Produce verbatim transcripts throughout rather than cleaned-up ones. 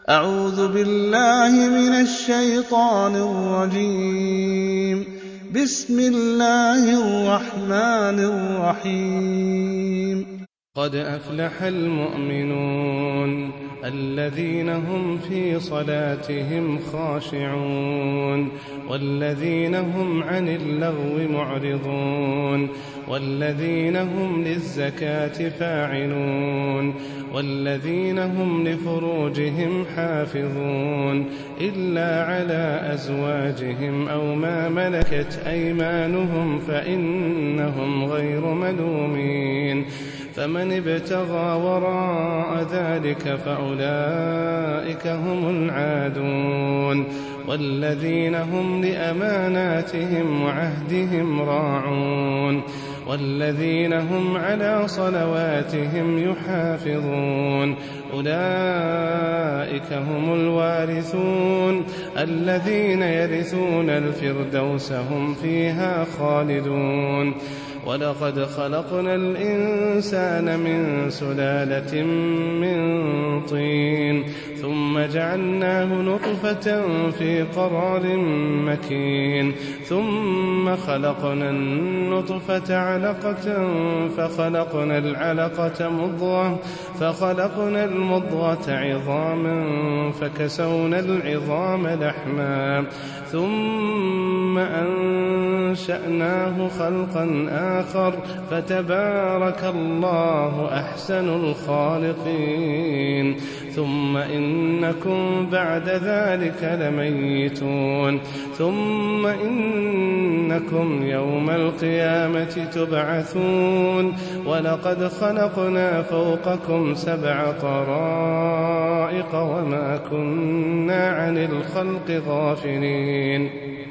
أعوذ بالله من الشيطان الرجيم. بسم الله الرحمن الرحيم. قد أفلح المؤمنون الذين هم في صلاتهم خاشعون والذين هم عن اللغو معرضون والذين هم للزكاة فاعلون والذين هم لفروجهم حافظون إلا على أزواجهم أو ما ملكت أيمانهم فإنهم غير ملومين. فمن ابتغى وراء ذلك فأولئك هم العادون والذين هم لأماناتهم وعهدهم راعون والذين هم على صلواتهم يحافظون أولئك هم الوارثون الذين يرثون الفردوس هم فيها خالدون. ولقد خلقنا الإنسان من سلالة من طين ثم جعلناه نطفة في قرار مكين ثم خلقنا النطفة علقة فخلقنا العلقة مضغة فخلقنا المضغة عظاما فكسونا العظام لحما ثم أنشأناه خلقا آخر فتبارك الله أحسن الخالقين. ثم إنكم بعد ذلك لميتون ثم إنكم يوم القيامة تبعثون. ولقد خلقنا فوقكم سبع طرائق وما كنا عن الخلق غافلين.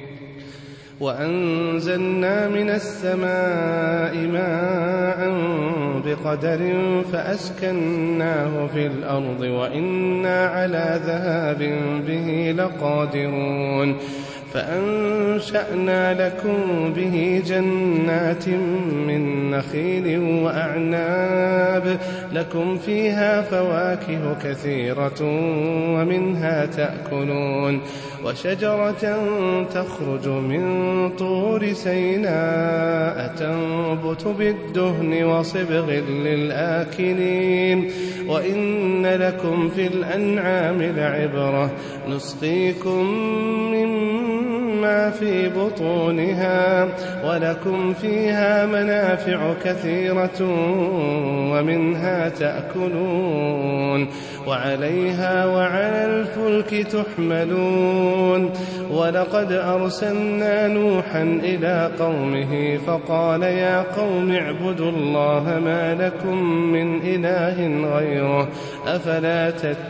وأنزلنا من السماء ماء بقدر فأسكناه في الأرض وإنا على ذهاب به لقادرون. فأنشأنا لكم به جنات من نخيل وأعناب لكم فيها فواكه كثيرة ومنها تأكلون وشجرة تخرج من طور سيناء تنبت بالدهن وصبغ للآكلين. وإن لكم في الأنعام لعبرة نسقيكم مما في بطونها ولكم فيها منافع كثيرة ومنها تأكلون وعليها وعلى الفلك تحملون. ولقد أرسلنا نوحا إلى قومه فقال يا قوم اعبدوا الله ما لكم من إله غيره أفلا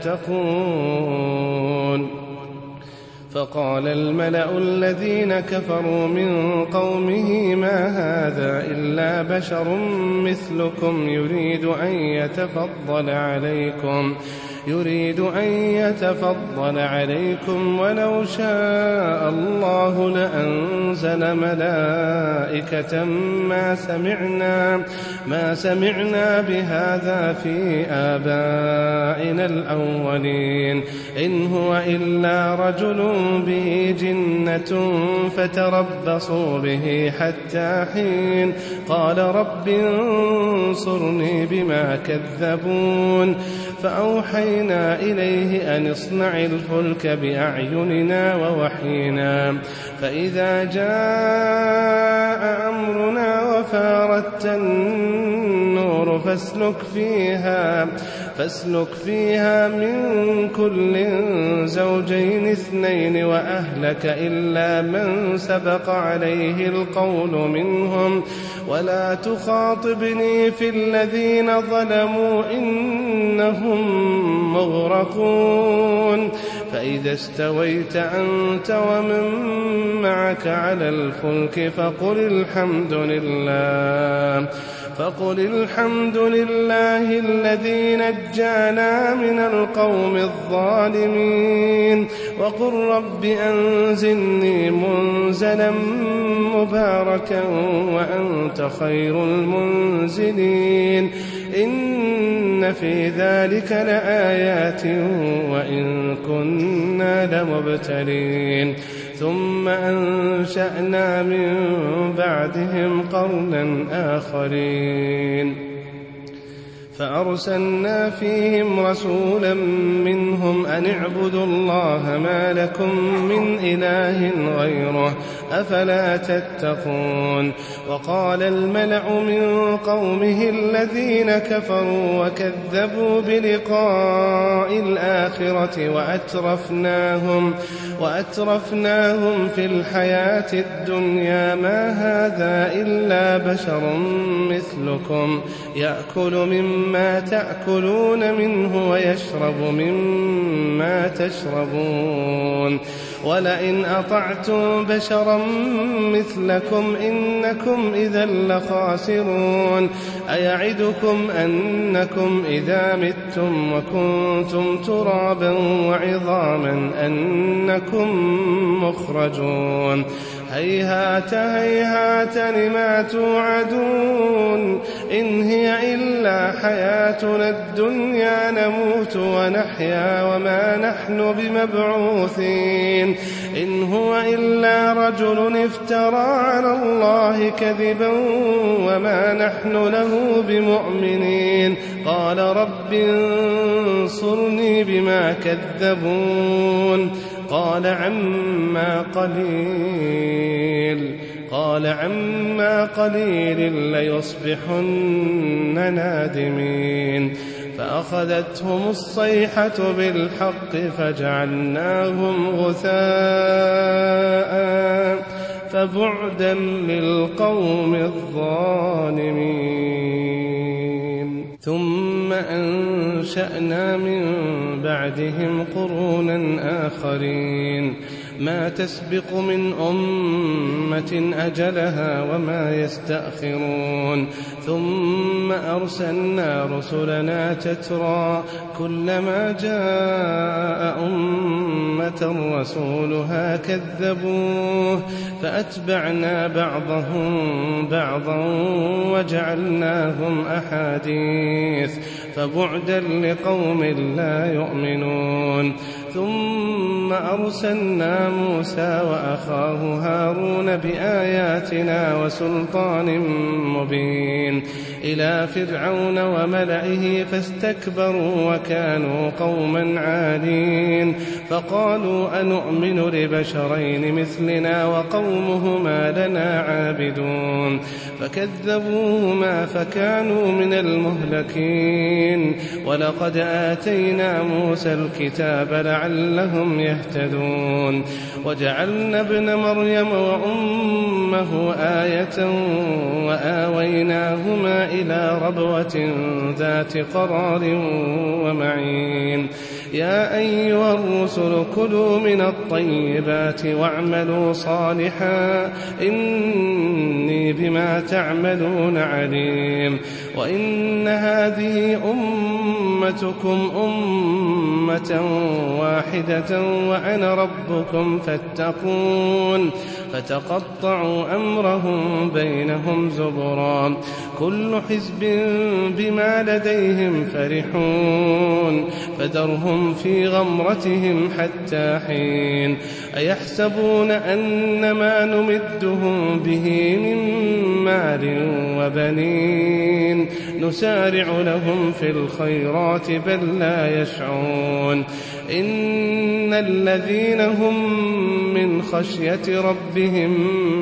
تتقون. فقال الملأ الذين كفروا من قومه ما هذا إلا بشر مثلكم يريد أن يتفضل عليكم يريد أن يتفضل عليكم ولو شاء الله لأنزل ملائكة ما سمعنا ما سمعنا بهذا في آبائنا الأولين إن هو إلا رجل به جنة فتربصوا به حتى حين. قال رب انصرني بما كذبون. فأوحينا إليه أن اصنع الفلك بأعيننا ووحينا فإذا جاء أمرنا وفارت النور فاسلك فيها فاسلك فيها من كل زوجين اثنين وأهلك إلا من سبق عليه القول منهم ولا تخاطبني في الذين ظلموا إنهم مغرقون. فإذا استويت أنت ومن معك على الفلك فقل الحمد لله فقل الحمد لله الذي نجانا من القوم الظالمين وقل رب أنزلني منزلا مباركا وأنت خير المنزلين. إن في ذلك لآيات وإن كنا لمبتلين ثم أنشأنا من بعدهم قرنا آخرين فأرسلنا فيهم رسولا منهم أن اعبدوا الله ما لكم من إله غيره أفلا تتقون وقال الملأ من قومه الذين كفروا وكذبوا بلقاء الآخرة وأترفناهم, وأترفناهم في الحياة الدنيا ما هذا إلا بشر مثلكم يأكل مما ما تأكلون منه ويشرب مما تشربون ولئن أطعتم بشرا مثلكم إنكم إذا لخاسرون أيعدكم أنكم إذا متم وكنتم ترابا وعظاما أنكم مخرجون هيهات هيهات لما توعدون إن هي إلا حياتنا الدنيا نموت ونحيا وما نحن بمبعوثين إن هو إلا رجل افترى على الله كذبا وما نحن له بمؤمنين قال رب انصرني بما كذبون قال عما قليل قال عما قليل ليصبحن نادمين فأخذتهم الصيحة بالحق فجعلناهم غثاء فبعدا للقوم الظالمين ثم أنشأنا من بعدهم قرونا آخرين ما تسبق من أمة أجلها وما يستأخرون ثم أرسلنا رسلنا تترى كلما جاء أمة رسولها كذبوه فأتبعنا بعضهم بعضا وجعلناهم أحاديث فبعدا لقوم لا يؤمنون ثم أرسلنا موسى وأخاه هارون بآياتنا وسلطان مبين إلى فرعون وملئه فاستكبروا وكانوا قوما عالين فقالوا أنؤمن لبشرين مثلنا وقومهما لنا عابدون فكذبوهما فكانوا من المهلكين ولقد آتينا موسى الكتاب لعلهم يهتدون وجعلنا ابن مريم وأمه آية وآويناهما إلى ربوة ذات قرار ومعين يا أيها الرسل كلوا من الطيبات واعملوا صالحا إني بما تعملون عليم وإن هذه أمتكم أمة واحدة وأنا ربكم فاتقون فتقطعوا أمرهم بينهم زبرا كل حزب بما لديهم فرحون فذرهم في غمرتهم حتى حين أيحسبون أن ما نمدهم به من مال وبنين نسارع لهم في الخيرات بل لا يشعرون إن الذين هم من خشية ربهم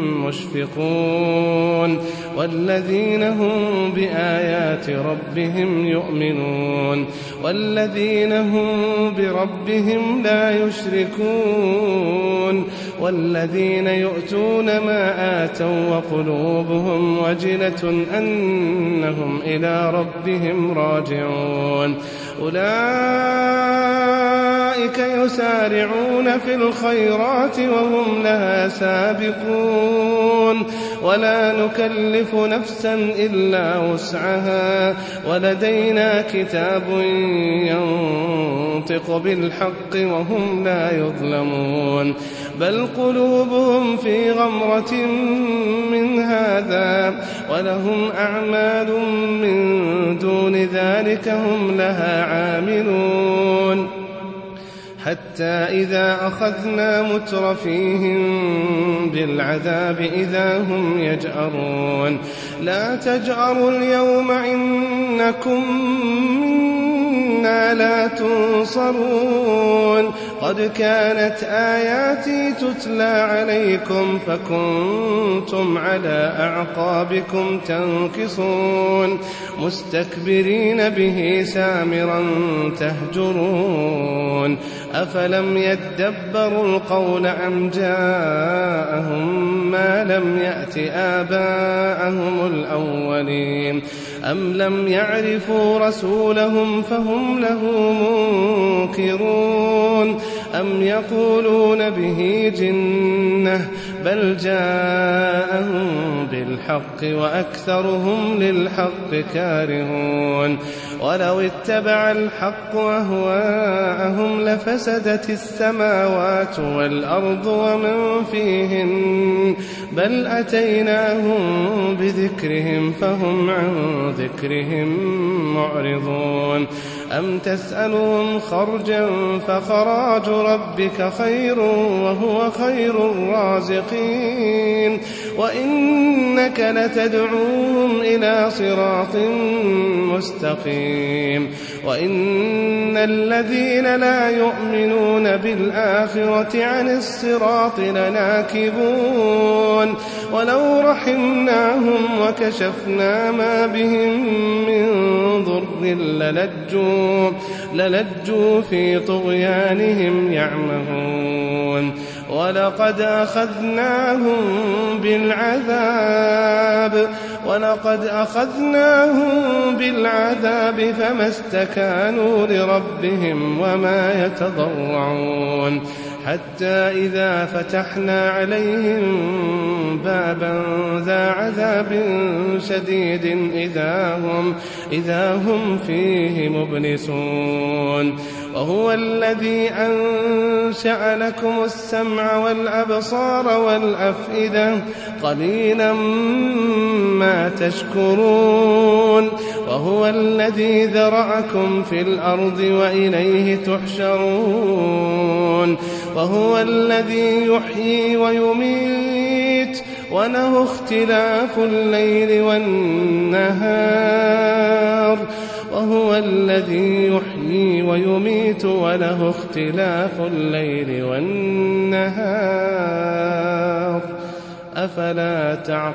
مشفقون والذين هم بآيات ربهم يؤمنون والذين هم بربهم لا يشركون والذين يؤتون ما آتوا وقلوبهم وجلة أنهم إلى ربهم راجعون أولئك أولئك يسارعون في الخيرات وهم لها سابقون ولا نكلف نفسا إلا وسعها ولدينا كتاب ينطق بالحق وهم لا يظلمون بل قلوبهم في غمرة من هذا ولهم أعمال من دون ذلك هم لها عاملون حتى إذا أخذنا مترفيهم بالعذاب إذا هم يجأرون لا تجأروا اليوم إنكم منا لا تنصرون قد كانت آياتي تتلى عليكم فكنتم على أعقابكم تنكصون مستكبرين به سامرا تهجرون أفلم يدبروا القول أم جاءهم ما لم يأت آباءهم الأولين أم لم يعرفوا رسولهم فهم له منكرون أم يقولون به جنة بل جاءهم بالحق وأكثرهم للحق كارهون ولو اتبع الحق أهواءهم لفسدت السماوات والأرض ومن فيهن بل أتيناهم بذكرهم فهم عن ذكرهم معرضون أم تسألهم خرجا فخراج ربك خير وهو خير الرازقين وإنك لتدعوهم إلى صراط مستقيم وإن الذين لا يؤمنون بالآخرة عن الصراط لناكبون ولو رحمناهم وكشفنا ما بهم من ضر للجوا, للجوا في طغيانهم يعمهون ولقد أخذناهم بالعذاب ولقد أخذناهم بالعذاب فما استكانوا لربهم وما يتضرعون حتى إذا فتحنا عليهم بابا ذا عذاب شديد إذا هم, إذا هم فيه مبلسون وهو الذي أنشأ لكم السمع والأبصار والأفئدة قليلا ما تشكرون وهو الذي ذرأكم في الأرض وإليه تحشرون وهو الذي يحيي ويميت وله اختلاف الليل والنهار وهو الذي يحيي ويميت وله اختلاف الليل والنهار أفلا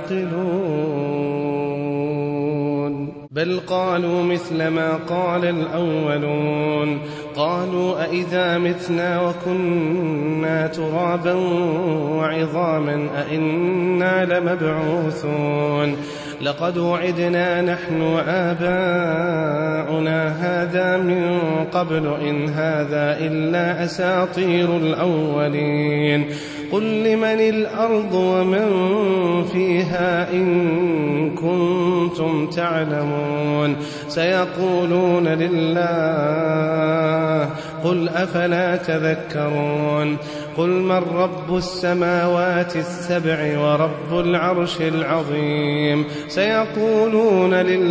تعقلون بل قالوا مثل ما قال الأولون قالوا أئذا متنا وكنا ترابا وعظاما أئنا لمبعوثون لقد وعدنا نحن وآباؤنا هذا من قبل إن هذا إلا أساطير الأولين قل لمن الأرض ومن فيها إن كنتم تعلمون سيقولون لله قل أفلا تذكرون قل من رب السماوات السبع ورب العرش العظيم سيقولون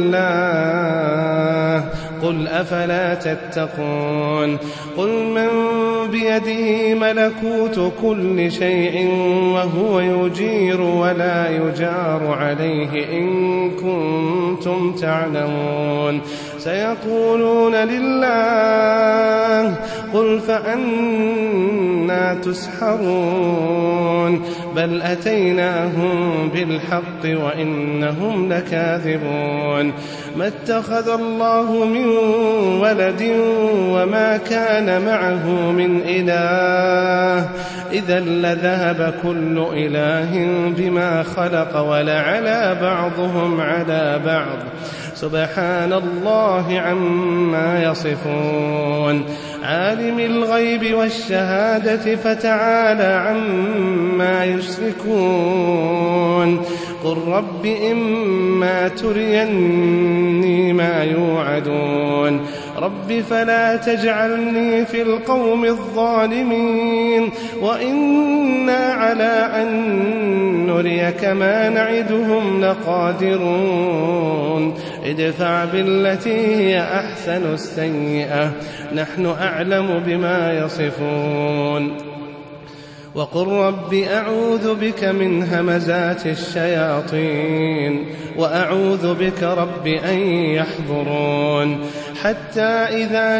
لله قل أفلا تتقون قل من بيده ملكوت كل شيء وهو يجير ولا يجار عليه إن كنتم تعلمون سيقولون لله قل فأنا تسحرون بل أتيناهم بالحق وإنهم لكاذبون ما اتخذ الله من ولد وما كان معه من إله إذا لذهب كل إله بما خلق ولعلى بعضهم على بعض سبحان الله عما يصفون عالم الغيب والشهادة فتعالى عما يشركون قل رب إما تريني ما يوعدون رب فلا تجعلني في القوم الظالمين وإنا على أن نريك ما نعدهم لقادرون ادفع بالتي هي أحسن السيئة نحن أعلم بما يصفون وقل رب أعوذ بك من همزات الشياطين وأعوذ بك رب أن يحضرون حتى إذا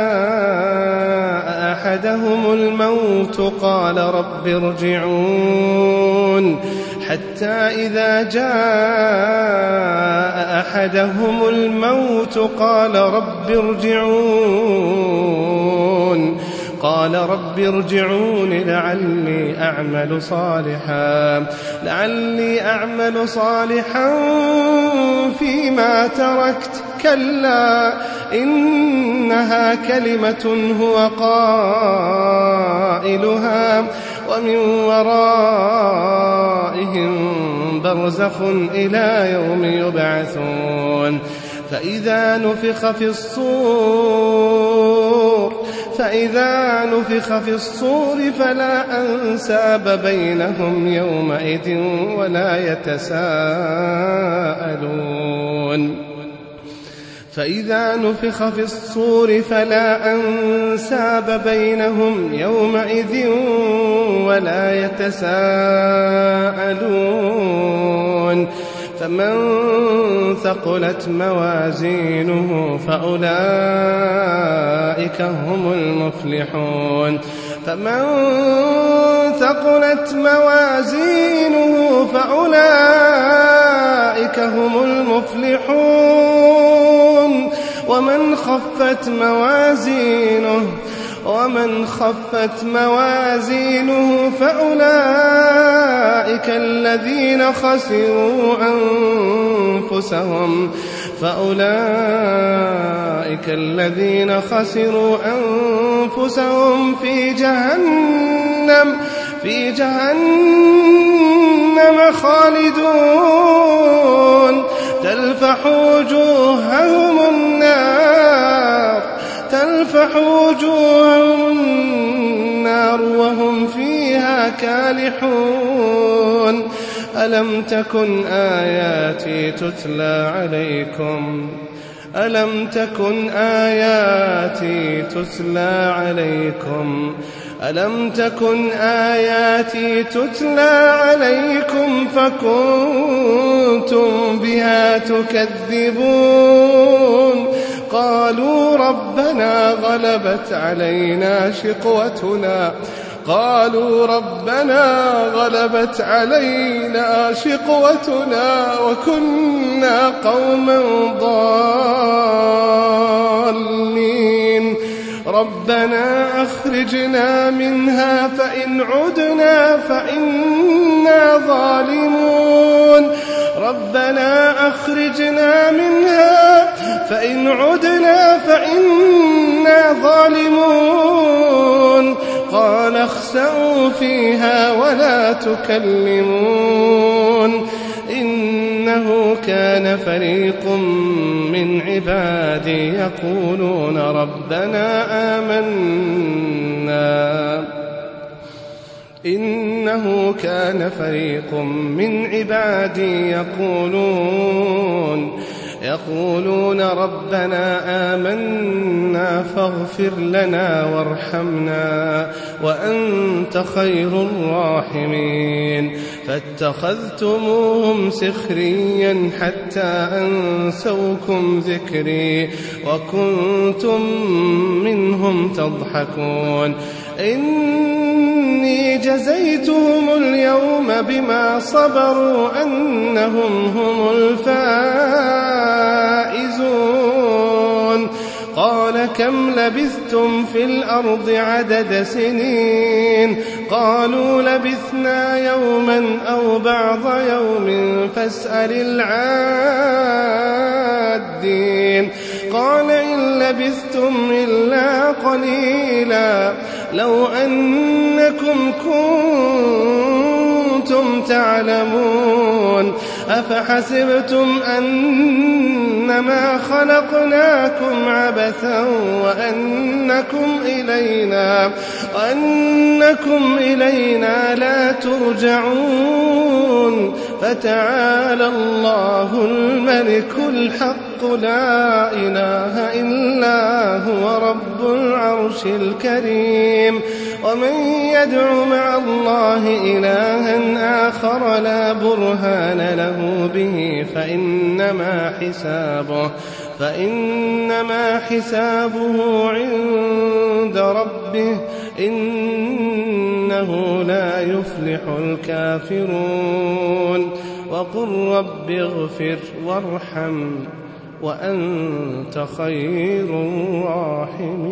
جاء أحدهم الموت قال رب ارجعون حتى إذا جاء أحدهم الموت قال رب ارجعون قال رب ارجعون لعلي أعمل صالحا لعلي أعمل صالحا فيما تركت كلا إنها كلمة هو قائلها ومن ورائهم برزخ إلى يوم يبعثون فإذا نفخ في الصور فإذا نفخ في الصور فلا أنساب بينهم يومئذ ولا يتساءلون فإذا نفخ في الصور فلا أنساب بينهم يومئذ ولا يتساءلون فمن ثقلت موازينه فأولئك هم المفلحون فمن ثقلت موازينه فأولئك هم المفلحون ومن خفت موازينه ومن خفت موازينه فأولئك الذين خسروا أنفسهم فأولئك الذين خسروا أنفسهم في جهنم في جهنم خالدون تلفح وجوههم النار تلفح وجوههم النار وهم فيها كالحون ألم تكن آياتي تتلى عليكم ألم تكن آياتي تتلى عليكم ألم تكن آياتي تتلى عليكم فكنتم بها تكذبون قالوا ربنا غلبت علينا شقوتنا قالوا ربنا غلبت علينا شقوتنا وكنا قوما ضالين ربنا أخرجنا منها فإن عدنا فإنا ظالمون ربنا أخرجنا منها فإن عدنا فإنا ظالمون قال اخسئوا فيها ولا تكلمون إنه كان فريق من عبادي يقولون ربنا آمنا إنه كان فريق من عبادي يقولون يقولون ربنا آمنا فاغفر لنا وارحمنا وأنت خير الراحمين فاتخذتموهم سخريا حتى أنسوكم ذكري وكنتم منهم تضحكون إني جزيتهم اليوم بما صبروا أنهم هم الفائزون قال كم لبثتم في الأرض عدد سنين قالوا لبثنا يوما أو بعض يوم فاسأل العادين قال إن لبثتم إلا قليلا لو أنكم كنتم تعلمون أفحسبتم أنما خلقناكم عبثا وأنكم إلينا, وأنكم إلينا لا ترجعون فتعالى الله الملك الحق لا إله إلا هو رب العرش الكريم ومن يدع مع الله إلها آخر لا برهان له به فإنما حسابه, فإنما حسابه عند ربه إنه لا يفلح الكافرون وقل رب اغفر وارحم وأنت خير الراحمين.